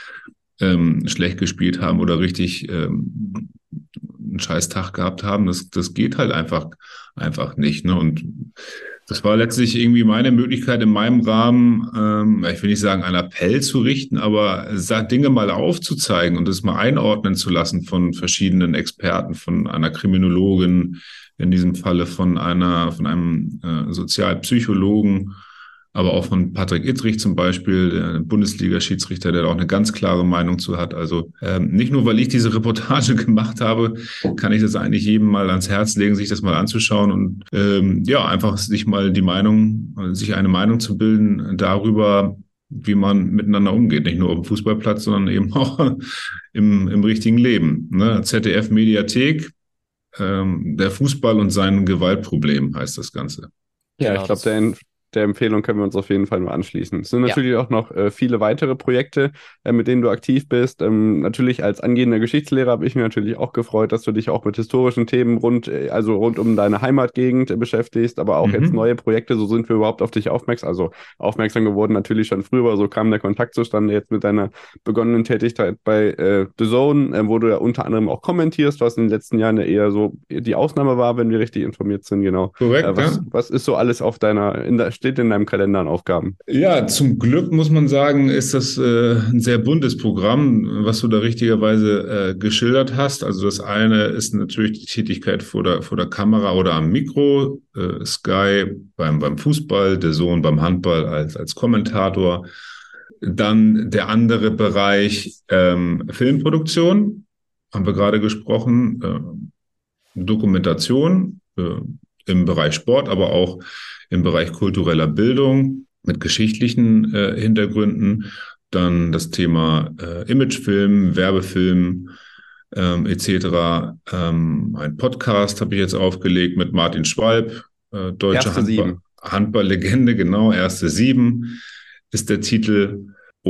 ähm, schlecht gespielt haben oder richtig ähm, einen scheiß Tag gehabt haben, das, das geht halt einfach, einfach nicht. Ne? Und das war letztlich irgendwie meine Möglichkeit in meinem Rahmen, ähm, ich will nicht sagen, einen Appell zu richten, aber Dinge mal aufzuzeigen und das mal einordnen zu lassen von verschiedenen Experten, von einer Kriminologin, in diesem Falle von einer, von einem äh, Sozialpsychologen, aber auch von Patrick Ittrich zum Beispiel, der Bundesliga-Schiedsrichter, der da auch eine ganz klare Meinung zu hat. Also ähm, nicht nur, weil ich diese Reportage gemacht habe, kann ich das eigentlich jedem mal ans Herz legen, sich das mal anzuschauen und ähm, ja, einfach sich mal die Meinung, sich eine Meinung zu bilden darüber, wie man miteinander umgeht. Nicht nur auf dem Fußballplatz, sondern eben auch im, im richtigen Leben. Ne? Z D F-Mediathek, ähm, der Fußball und sein Gewaltproblem heißt das Ganze. Ja, genau, ich glaube, der Der Empfehlung können wir uns auf jeden Fall nur anschließen. Es sind natürlich ja. auch noch äh, viele weitere Projekte, äh, mit denen du aktiv bist. Ähm, natürlich als angehender Geschichtslehrer habe ich mich natürlich auch gefreut, dass du dich auch mit historischen Themen rund, äh, also rund um deine Heimatgegend äh, beschäftigst, aber auch mhm. jetzt neue Projekte. So sind wir überhaupt auf dich aufmerksam, also aufmerksam geworden natürlich schon früher, aber so kam der Kontakt zustande jetzt mit deiner begonnenen Tätigkeit bei äh, The Zone, äh, wo du ja unter anderem auch kommentierst, was in den letzten Jahren ja eher so die Ausnahme war, wenn wir richtig informiert sind. Genau. Korrekt, äh, was, ja. was ist so alles auf deiner, in der steht in deinem Kalender an Aufgaben? Ja, zum Glück muss man sagen, ist das äh, ein sehr buntes Programm, was du da richtigerweise äh, geschildert hast. Also das eine ist natürlich die Tätigkeit vor der, vor der Kamera oder am Mikro, äh, Sky beim, beim Fußball, der Sohn beim Handball als, als Kommentator. Dann der andere Bereich ähm, Filmproduktion, haben wir gerade gesprochen, äh, Dokumentation äh, im Bereich Sport, aber auch im Bereich kultureller Bildung mit geschichtlichen äh, Hintergründen, dann das Thema äh, Imagefilm, Werbefilm ähm, et cetera. Ähm, ein Podcast habe ich jetzt aufgelegt mit Martin Schwalb, äh, deutsche Handball, Handball-Legende, genau, Erste Sieben ist der Titel.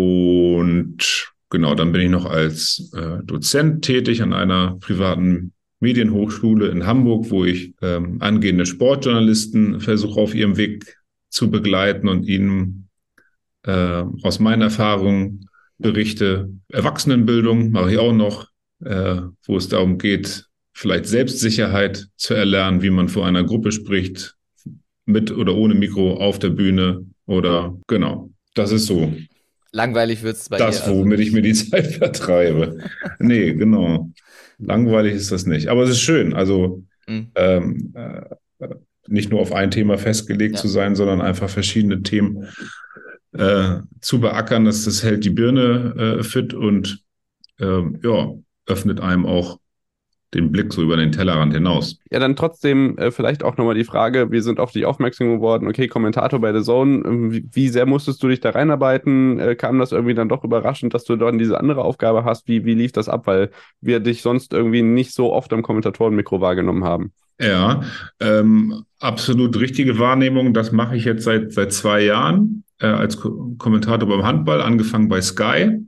Und genau, dann bin ich noch als äh, Dozent tätig an einer privaten Medienhochschule in Hamburg, wo ich ähm, angehende Sportjournalisten versuche auf ihrem Weg zu begleiten und ihnen äh, aus meinen Erfahrungen berichte. Erwachsenenbildung mache ich auch noch, äh, wo es darum geht, vielleicht Selbstsicherheit zu erlernen, wie man vor einer Gruppe spricht, mit oder ohne Mikro auf der Bühne oder genau. Das ist so. Langweilig wird es bei das, dir. Das, womit also ich mir die Zeit vertreibe. Nee, genau. Langweilig ist das nicht. Aber es ist schön, also mhm. ähm, äh, nicht nur auf ein Thema festgelegt ja. zu sein, sondern einfach verschiedene Themen äh, zu beackern. Das, das hält die Birne äh, fit und äh, ja, öffnet einem auch den Blick so über den Tellerrand hinaus. Ja, dann trotzdem äh, vielleicht auch nochmal die Frage, wir sind auf dich aufmerksam geworden, okay, Kommentator bei The Zone, äh, wie, wie sehr musstest du dich da reinarbeiten? Äh, kam das irgendwie dann doch überraschend, dass du dann diese andere Aufgabe hast? Wie, wie lief das ab? Weil wir dich sonst irgendwie nicht so oft am Kommentatorenmikro wahrgenommen haben. Ja, ähm, absolut richtige Wahrnehmung. Das mache ich jetzt seit, seit zwei Jahren äh, als Ko- Kommentator beim Handball, angefangen bei Sky.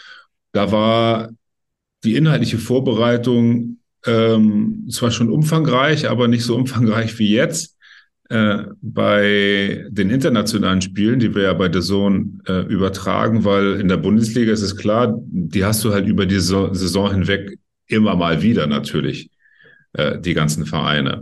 Da war die inhaltliche Vorbereitung Ähm, zwar schon umfangreich, aber nicht so umfangreich wie jetzt. Äh, bei den internationalen Spielen, die wir ja bei The Zone äh, übertragen, weil in der Bundesliga ist es klar, die hast du halt über die Saison, Saison hinweg immer mal wieder natürlich, äh, die ganzen Vereine.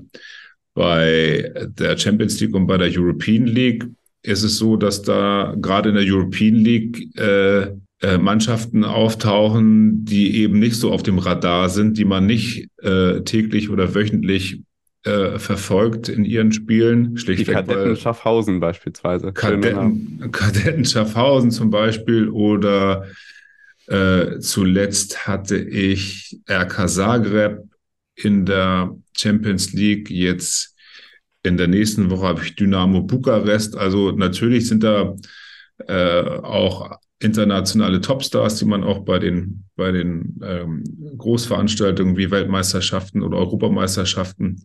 Bei der Champions League und bei der European League ist es so, dass da gerade in der European League äh, Mannschaften auftauchen, die eben nicht so auf dem Radar sind, die man nicht äh, täglich oder wöchentlich äh, verfolgt in ihren Spielen. Schlichtweg, die Kadetten Schaffhausen beispielsweise. Kadetten, Kadetten Schaffhausen zum Beispiel oder äh, zuletzt hatte ich R K Zagreb in der Champions League. Jetzt in der nächsten Woche habe ich Dynamo Bukarest. Also natürlich sind da äh, auch internationale Topstars, die man auch bei den, bei den ähm, Großveranstaltungen wie Weltmeisterschaften oder Europameisterschaften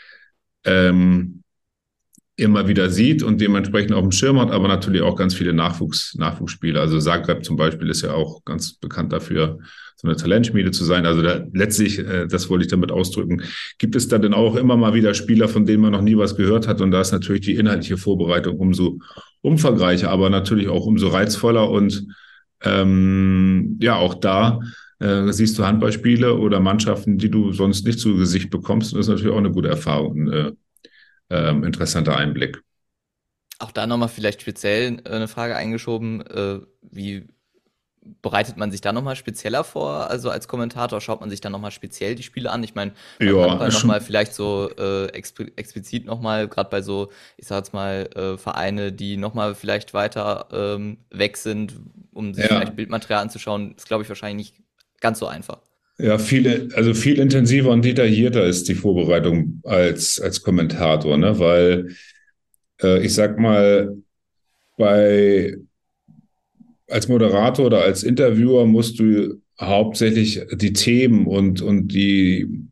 ähm, immer wieder sieht und dementsprechend auf dem Schirm hat, aber natürlich auch ganz viele Nachwuchs, Nachwuchsspieler. Also Zagreb zum Beispiel ist ja auch ganz bekannt dafür, so eine Talentschmiede zu sein. Also da, letztlich, äh, das wollte ich damit ausdrücken, gibt es da denn auch immer mal wieder Spieler, von denen man noch nie was gehört hat. Und da ist natürlich die inhaltliche Vorbereitung umso umfangreicher, aber natürlich auch umso reizvoller. Und ähm, ja, auch da äh, siehst du Handballspiele oder Mannschaften, die du sonst nicht zu Gesicht bekommst. Und das ist natürlich auch eine gute Erfahrung. Äh, Ähm, interessanter Einblick. Auch da nochmal vielleicht speziell äh, eine Frage eingeschoben, äh, wie bereitet man sich da nochmal spezieller vor? Also als Kommentator schaut man sich da nochmal speziell die Spiele an? Ich meine, beim Ja, Handball schon. nochmal vielleicht so äh, exp explizit nochmal, gerade bei so, ich sag jetzt mal, äh, Vereine, die nochmal vielleicht weiter ähm, weg sind, um sich Ja, vielleicht Bildmaterial anzuschauen, ist, glaube ich, wahrscheinlich nicht ganz so einfach. ja, viel, also viel intensiver und detaillierter ist die Vorbereitung als, als Kommentator, ne? Weil äh, ich sag mal, bei als Moderator oder als Interviewer musst du hauptsächlich die Themen und, und die,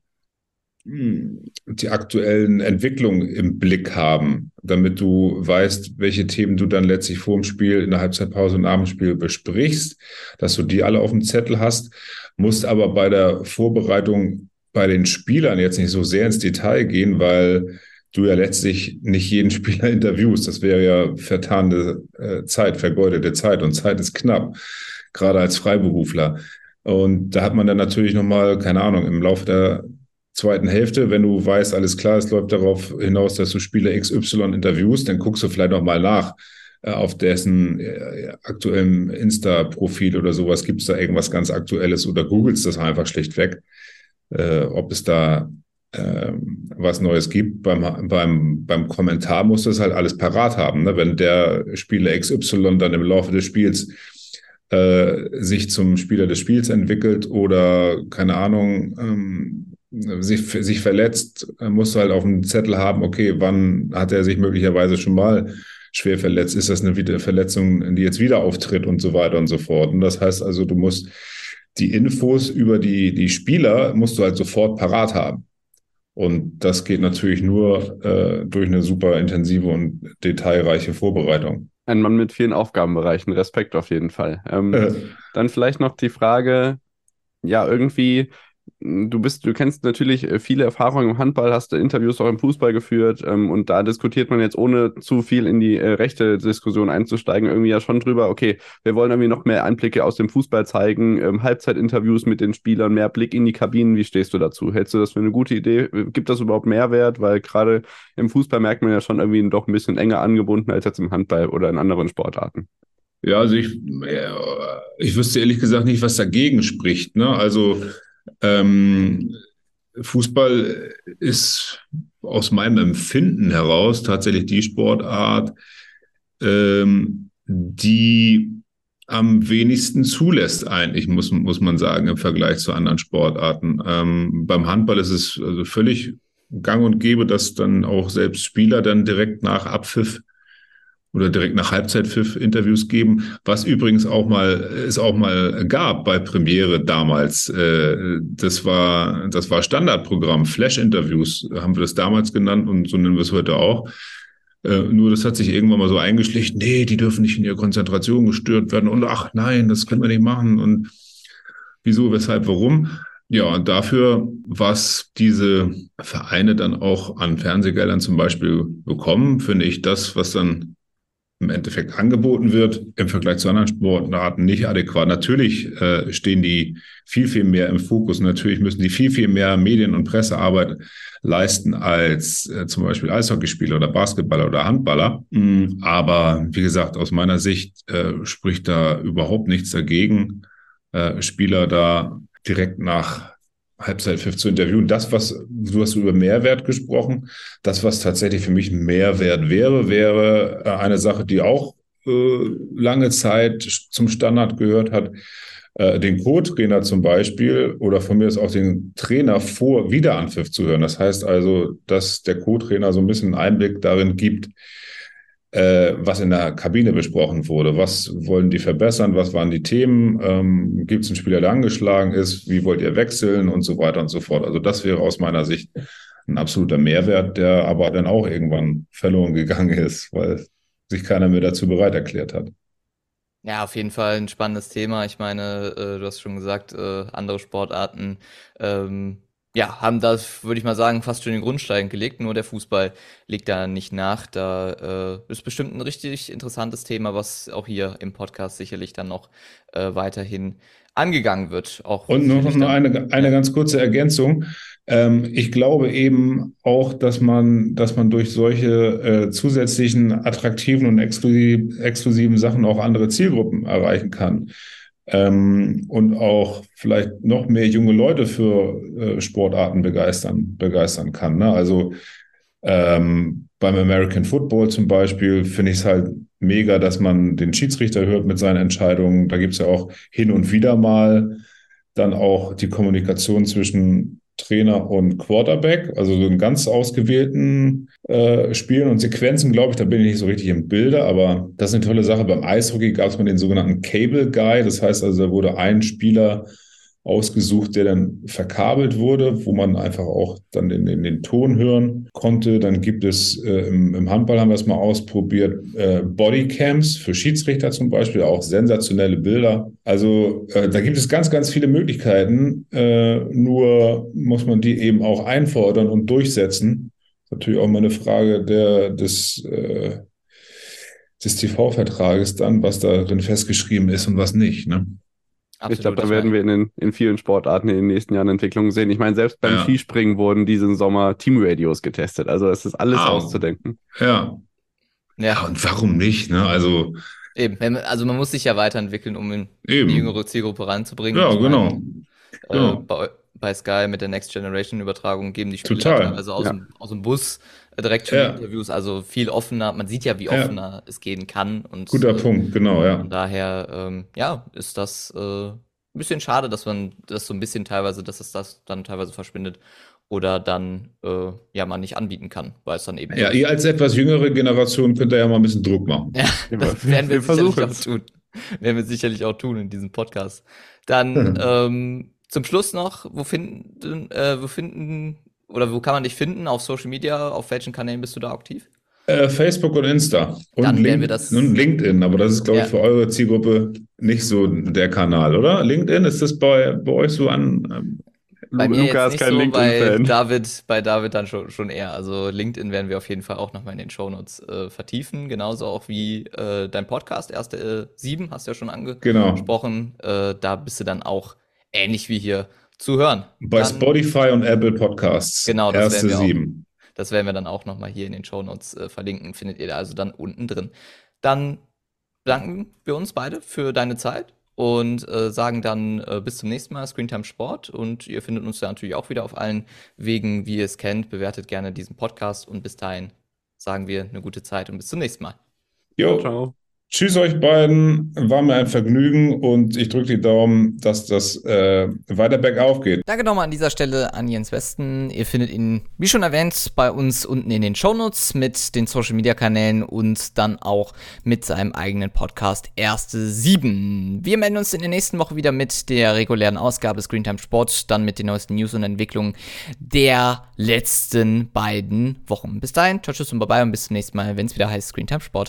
hm, die aktuellen Entwicklungen im Blick haben, damit du weißt, welche Themen du dann letztlich vor dem Spiel, in der Halbzeitpause und nach dem Spiel besprichst, dass du die alle auf dem Zettel hast, musst aber bei der Vorbereitung bei den Spielern jetzt nicht so sehr ins Detail gehen, weil du ja letztlich nicht jeden Spieler interviewst. Das wäre ja vertane äh, Zeit, vergeudete Zeit und Zeit ist knapp, gerade als Freiberufler. Und da hat man dann natürlich nochmal, keine Ahnung, im Laufe der zweiten Hälfte, wenn du weißt, alles klar, es läuft darauf hinaus, dass du Spieler X Y interviewst, dann guckst du vielleicht noch mal nach äh, auf dessen äh, aktuellen Insta-Profil oder sowas. Gibt es da irgendwas ganz Aktuelles oder googelst das einfach schlichtweg, äh, ob es da äh, was Neues gibt. Beim, beim, beim Kommentar musst du das halt alles parat haben. Ne? Wenn der Spieler X Y dann im Laufe des Spiels äh, sich zum Spieler des Spiels entwickelt oder, keine Ahnung, ähm, sich, sich verletzt, musst du halt auf dem Zettel haben, okay, wann hat er sich möglicherweise schon mal schwer verletzt? Ist das eine Verletzung, die jetzt wieder auftritt und so weiter und so fort? Und das heißt also, du musst die Infos über die, die Spieler musst du halt sofort parat haben. Und das geht natürlich nur äh, durch eine super intensive und detailreiche Vorbereitung. Ein Mann mit vielen Aufgabenbereichen, Respekt auf jeden Fall. Ähm, Äh, dann vielleicht noch die Frage, ja, irgendwie, du bist, du kennst natürlich äh, viele Erfahrungen im Handball, hast äh, Interviews auch im Fußball geführt, ähm, und da diskutiert man jetzt, ohne zu viel in die äh, rechte Diskussion einzusteigen, irgendwie ja schon drüber, okay, wir wollen irgendwie noch mehr Einblicke aus dem Fußball zeigen, ähm, Halbzeitinterviews mit den Spielern, mehr Blick in die Kabinen. Wie stehst du dazu? Hältst du das für eine gute Idee? Gibt das überhaupt Mehrwert? Weil gerade im Fußball merkt man ja schon irgendwie doch ein bisschen enger angebunden als jetzt im Handball oder in anderen Sportarten. ja, also ich, äh, ich wüsste ehrlich gesagt nicht, was dagegen spricht. Ne? Also ähm, Fußball ist aus meinem Empfinden heraus tatsächlich die Sportart, ähm, die am wenigsten zulässt eigentlich, muss, muss man sagen, im Vergleich zu anderen Sportarten. Ähm, beim Handball ist es also völlig gang und gäbe, dass dann auch selbst Spieler dann direkt nach Abpfiff oder direkt nach Halbzeitpfiff Interviews geben, was übrigens auch mal es auch mal gab bei Premiere damals. Äh, das war das war Standardprogramm, Flash-Interviews haben wir das damals genannt und so nennen wir es heute auch. Äh, nur das hat sich irgendwann mal so eingeschlichen, nee, die dürfen nicht in ihrer Konzentration gestört werden und ach nein, das können wir nicht machen und wieso, weshalb, warum. Ja, und dafür, was diese Vereine dann auch an Fernsehgeldern zum Beispiel bekommen, finde ich das, was dann im Endeffekt angeboten wird, im Vergleich zu anderen Sportarten nicht adäquat. Natürlich äh, stehen die viel, viel mehr im Fokus. Natürlich müssen die viel, viel mehr Medien- und Pressearbeit leisten als äh, zum Beispiel Eishockeyspieler oder Basketballer oder Handballer. Mhm. Aber wie gesagt, aus meiner Sicht äh, spricht da überhaupt nichts dagegen, äh, Spieler da direkt nach Halbzeitpfiff zu interviewen. Das, was, du hast über Mehrwert gesprochen, das, was tatsächlich für mich ein Mehrwert wäre, wäre eine Sache, die auch äh, lange Zeit zum Standard gehört hat, äh, den Co-Trainer zum Beispiel oder von mir ist auch den Trainer vor Wiederanpfiff zu hören. Das heißt also, dass der Co-Trainer so ein bisschen einen Einblick darin gibt, äh, was in der Kabine besprochen wurde. Was wollen die verbessern? Was waren die Themen? Ähm, gibt es einen Spieler, der angeschlagen ist? Wie wollt ihr wechseln? Und so weiter und so fort. Also das wäre aus meiner Sicht ein absoluter Mehrwert, der aber dann auch irgendwann verloren gegangen ist, weil sich keiner mehr dazu bereit erklärt hat. Ja, auf jeden Fall ein spannendes Thema. Ich meine, äh, du hast schon gesagt, äh, andere Sportarten ähm, ja, haben das, würde ich mal sagen, fast schon den Grundstein gelegt. Nur der Fußball legt da nicht nach. Da äh, ist bestimmt ein richtig interessantes Thema, was auch hier im Podcast sicherlich dann noch äh, weiterhin angegangen wird. Auch Und noch sicherlich noch dann, eine, eine ja. ganz kurze Ergänzung. Ähm, ich glaube eben auch, dass man, dass man durch solche äh, zusätzlichen attraktiven und exklusiv, exklusiven Sachen auch andere Zielgruppen erreichen kann. Ähm, und auch vielleicht noch mehr junge Leute für äh, Sportarten begeistern, begeistern kann. Ne? Also ähm, beim American Football zum Beispiel finde ich es halt mega, dass man den Schiedsrichter hört mit seinen Entscheidungen. Da gibt es ja auch hin und wieder mal dann auch die Kommunikation zwischen Trainer und Quarterback, also so in ganz ausgewählten äh, Spielen und Sequenzen, glaube ich, da bin ich nicht so richtig im Bilde, aber das ist eine tolle Sache. Beim Eishockey gab es mal den sogenannten Cable Guy, das heißt also, da wurde ein Spieler ausgesucht, der dann verkabelt wurde, wo man einfach auch dann in, in den Ton hören konnte. Dann gibt es äh, im, im Handball haben wir es mal ausprobiert, äh, Bodycams für Schiedsrichter zum Beispiel, auch sensationelle Bilder. Also äh, da gibt es ganz, ganz viele Möglichkeiten, äh, nur muss man die eben auch einfordern und durchsetzen. Das ist natürlich auch mal eine Frage der, des, äh, des T V-Vertrages dann, was darin festgeschrieben ist und was nicht, ne? Absolut, Ich glaube, da ich werden mein, wir in, den, in vielen Sportarten in den nächsten Jahren Entwicklungen sehen. Ich meine, selbst beim Ja. Skispringen wurden diesen Sommer Teamradios getestet. Also es ist alles Ah, auszudenken. Ja. ja, Ja, und warum nicht, ne? Also eben. Wenn man- Also man muss sich ja weiterentwickeln, um in die eben. jüngere Zielgruppe ranzubringen. Ja, Ich genau. meine, äh, Genau. bei, bei Sky mit der Next Generation Übertragung geben die Spieler Total. teilweise aus, Ja. dem, aus dem Bus äh, direkt schon Ja. die Interviews, also viel offener. Man sieht ja, wie Ja. offener es gehen kann. Und Guter äh, Punkt, genau, ja. von daher, ähm, ja, ist das äh, ein bisschen schade, dass man das so ein bisschen teilweise, dass es das dann teilweise verschwindet oder dann äh, ja man nicht anbieten kann, weil es dann eben Ja, so ihr als etwas jüngere Generation könnt da ja mal ein bisschen Druck machen. Ja, Wir- das wir- werden wir, wir sicherlich versuchen auch es. tun. Werden wir sicherlich auch tun in diesem Podcast. Dann ähm, zum Schluss noch, wo finden, äh, wo finden oder wo kann man dich finden auf Social Media? Auf welchen Kanälen bist du da aktiv? Äh, Facebook und Insta und, Dann werden Link wir das- und LinkedIn, aber das ist, glaube ich, Ja. für eure Zielgruppe nicht so der Kanal, oder? LinkedIn, ist das bei, bei euch so an? Ähm, Bei Lu- mir Luca jetzt ist nicht kein so, bei LinkedIn-Fan. David, bei David dann schon, schon eher. Also LinkedIn werden wir auf jeden Fall auch nochmal in den Shownotes äh, vertiefen. Genauso auch wie äh, dein Podcast, erste äh, sieben, hast du ja schon Genau. angesprochen. Äh, da bist du dann auch ähnlich wie hier zu hören. Bei Dann- Spotify und Apple Podcasts. Genau, das Erste werden wir auch. sieben. Das werden wir dann auch nochmal hier in den Shownotes äh, verlinken. Findet ihr da also dann unten drin. Dann bedanken wir uns beide für deine Zeit und äh, sagen dann äh, bis zum nächsten Mal Screentime Sport. Und ihr findet uns ja natürlich auch wieder auf allen Wegen, wie ihr es kennt. Bewertet gerne diesen Podcast und bis dahin sagen wir eine gute Zeit und bis zum nächsten Mal. Jo, Ciao. tschüss euch beiden, war mir ein Vergnügen und ich drücke die Daumen, dass das äh, weiter bergauf geht. Danke nochmal an dieser Stelle an Jens Westen. Ihr findet ihn, wie schon erwähnt, bei uns unten in den Shownotes mit den Social-Media-Kanälen und dann auch mit seinem eigenen Podcast Erste Sieben. Wir melden uns in der nächsten Woche wieder mit der regulären Ausgabe Screentime Sport, dann mit den neuesten News und Entwicklungen der letzten beiden Wochen. Bis dahin, ciao, tschüss und bye bye und bis zum nächsten Mal, wenn es wieder heißt Screentime Sport.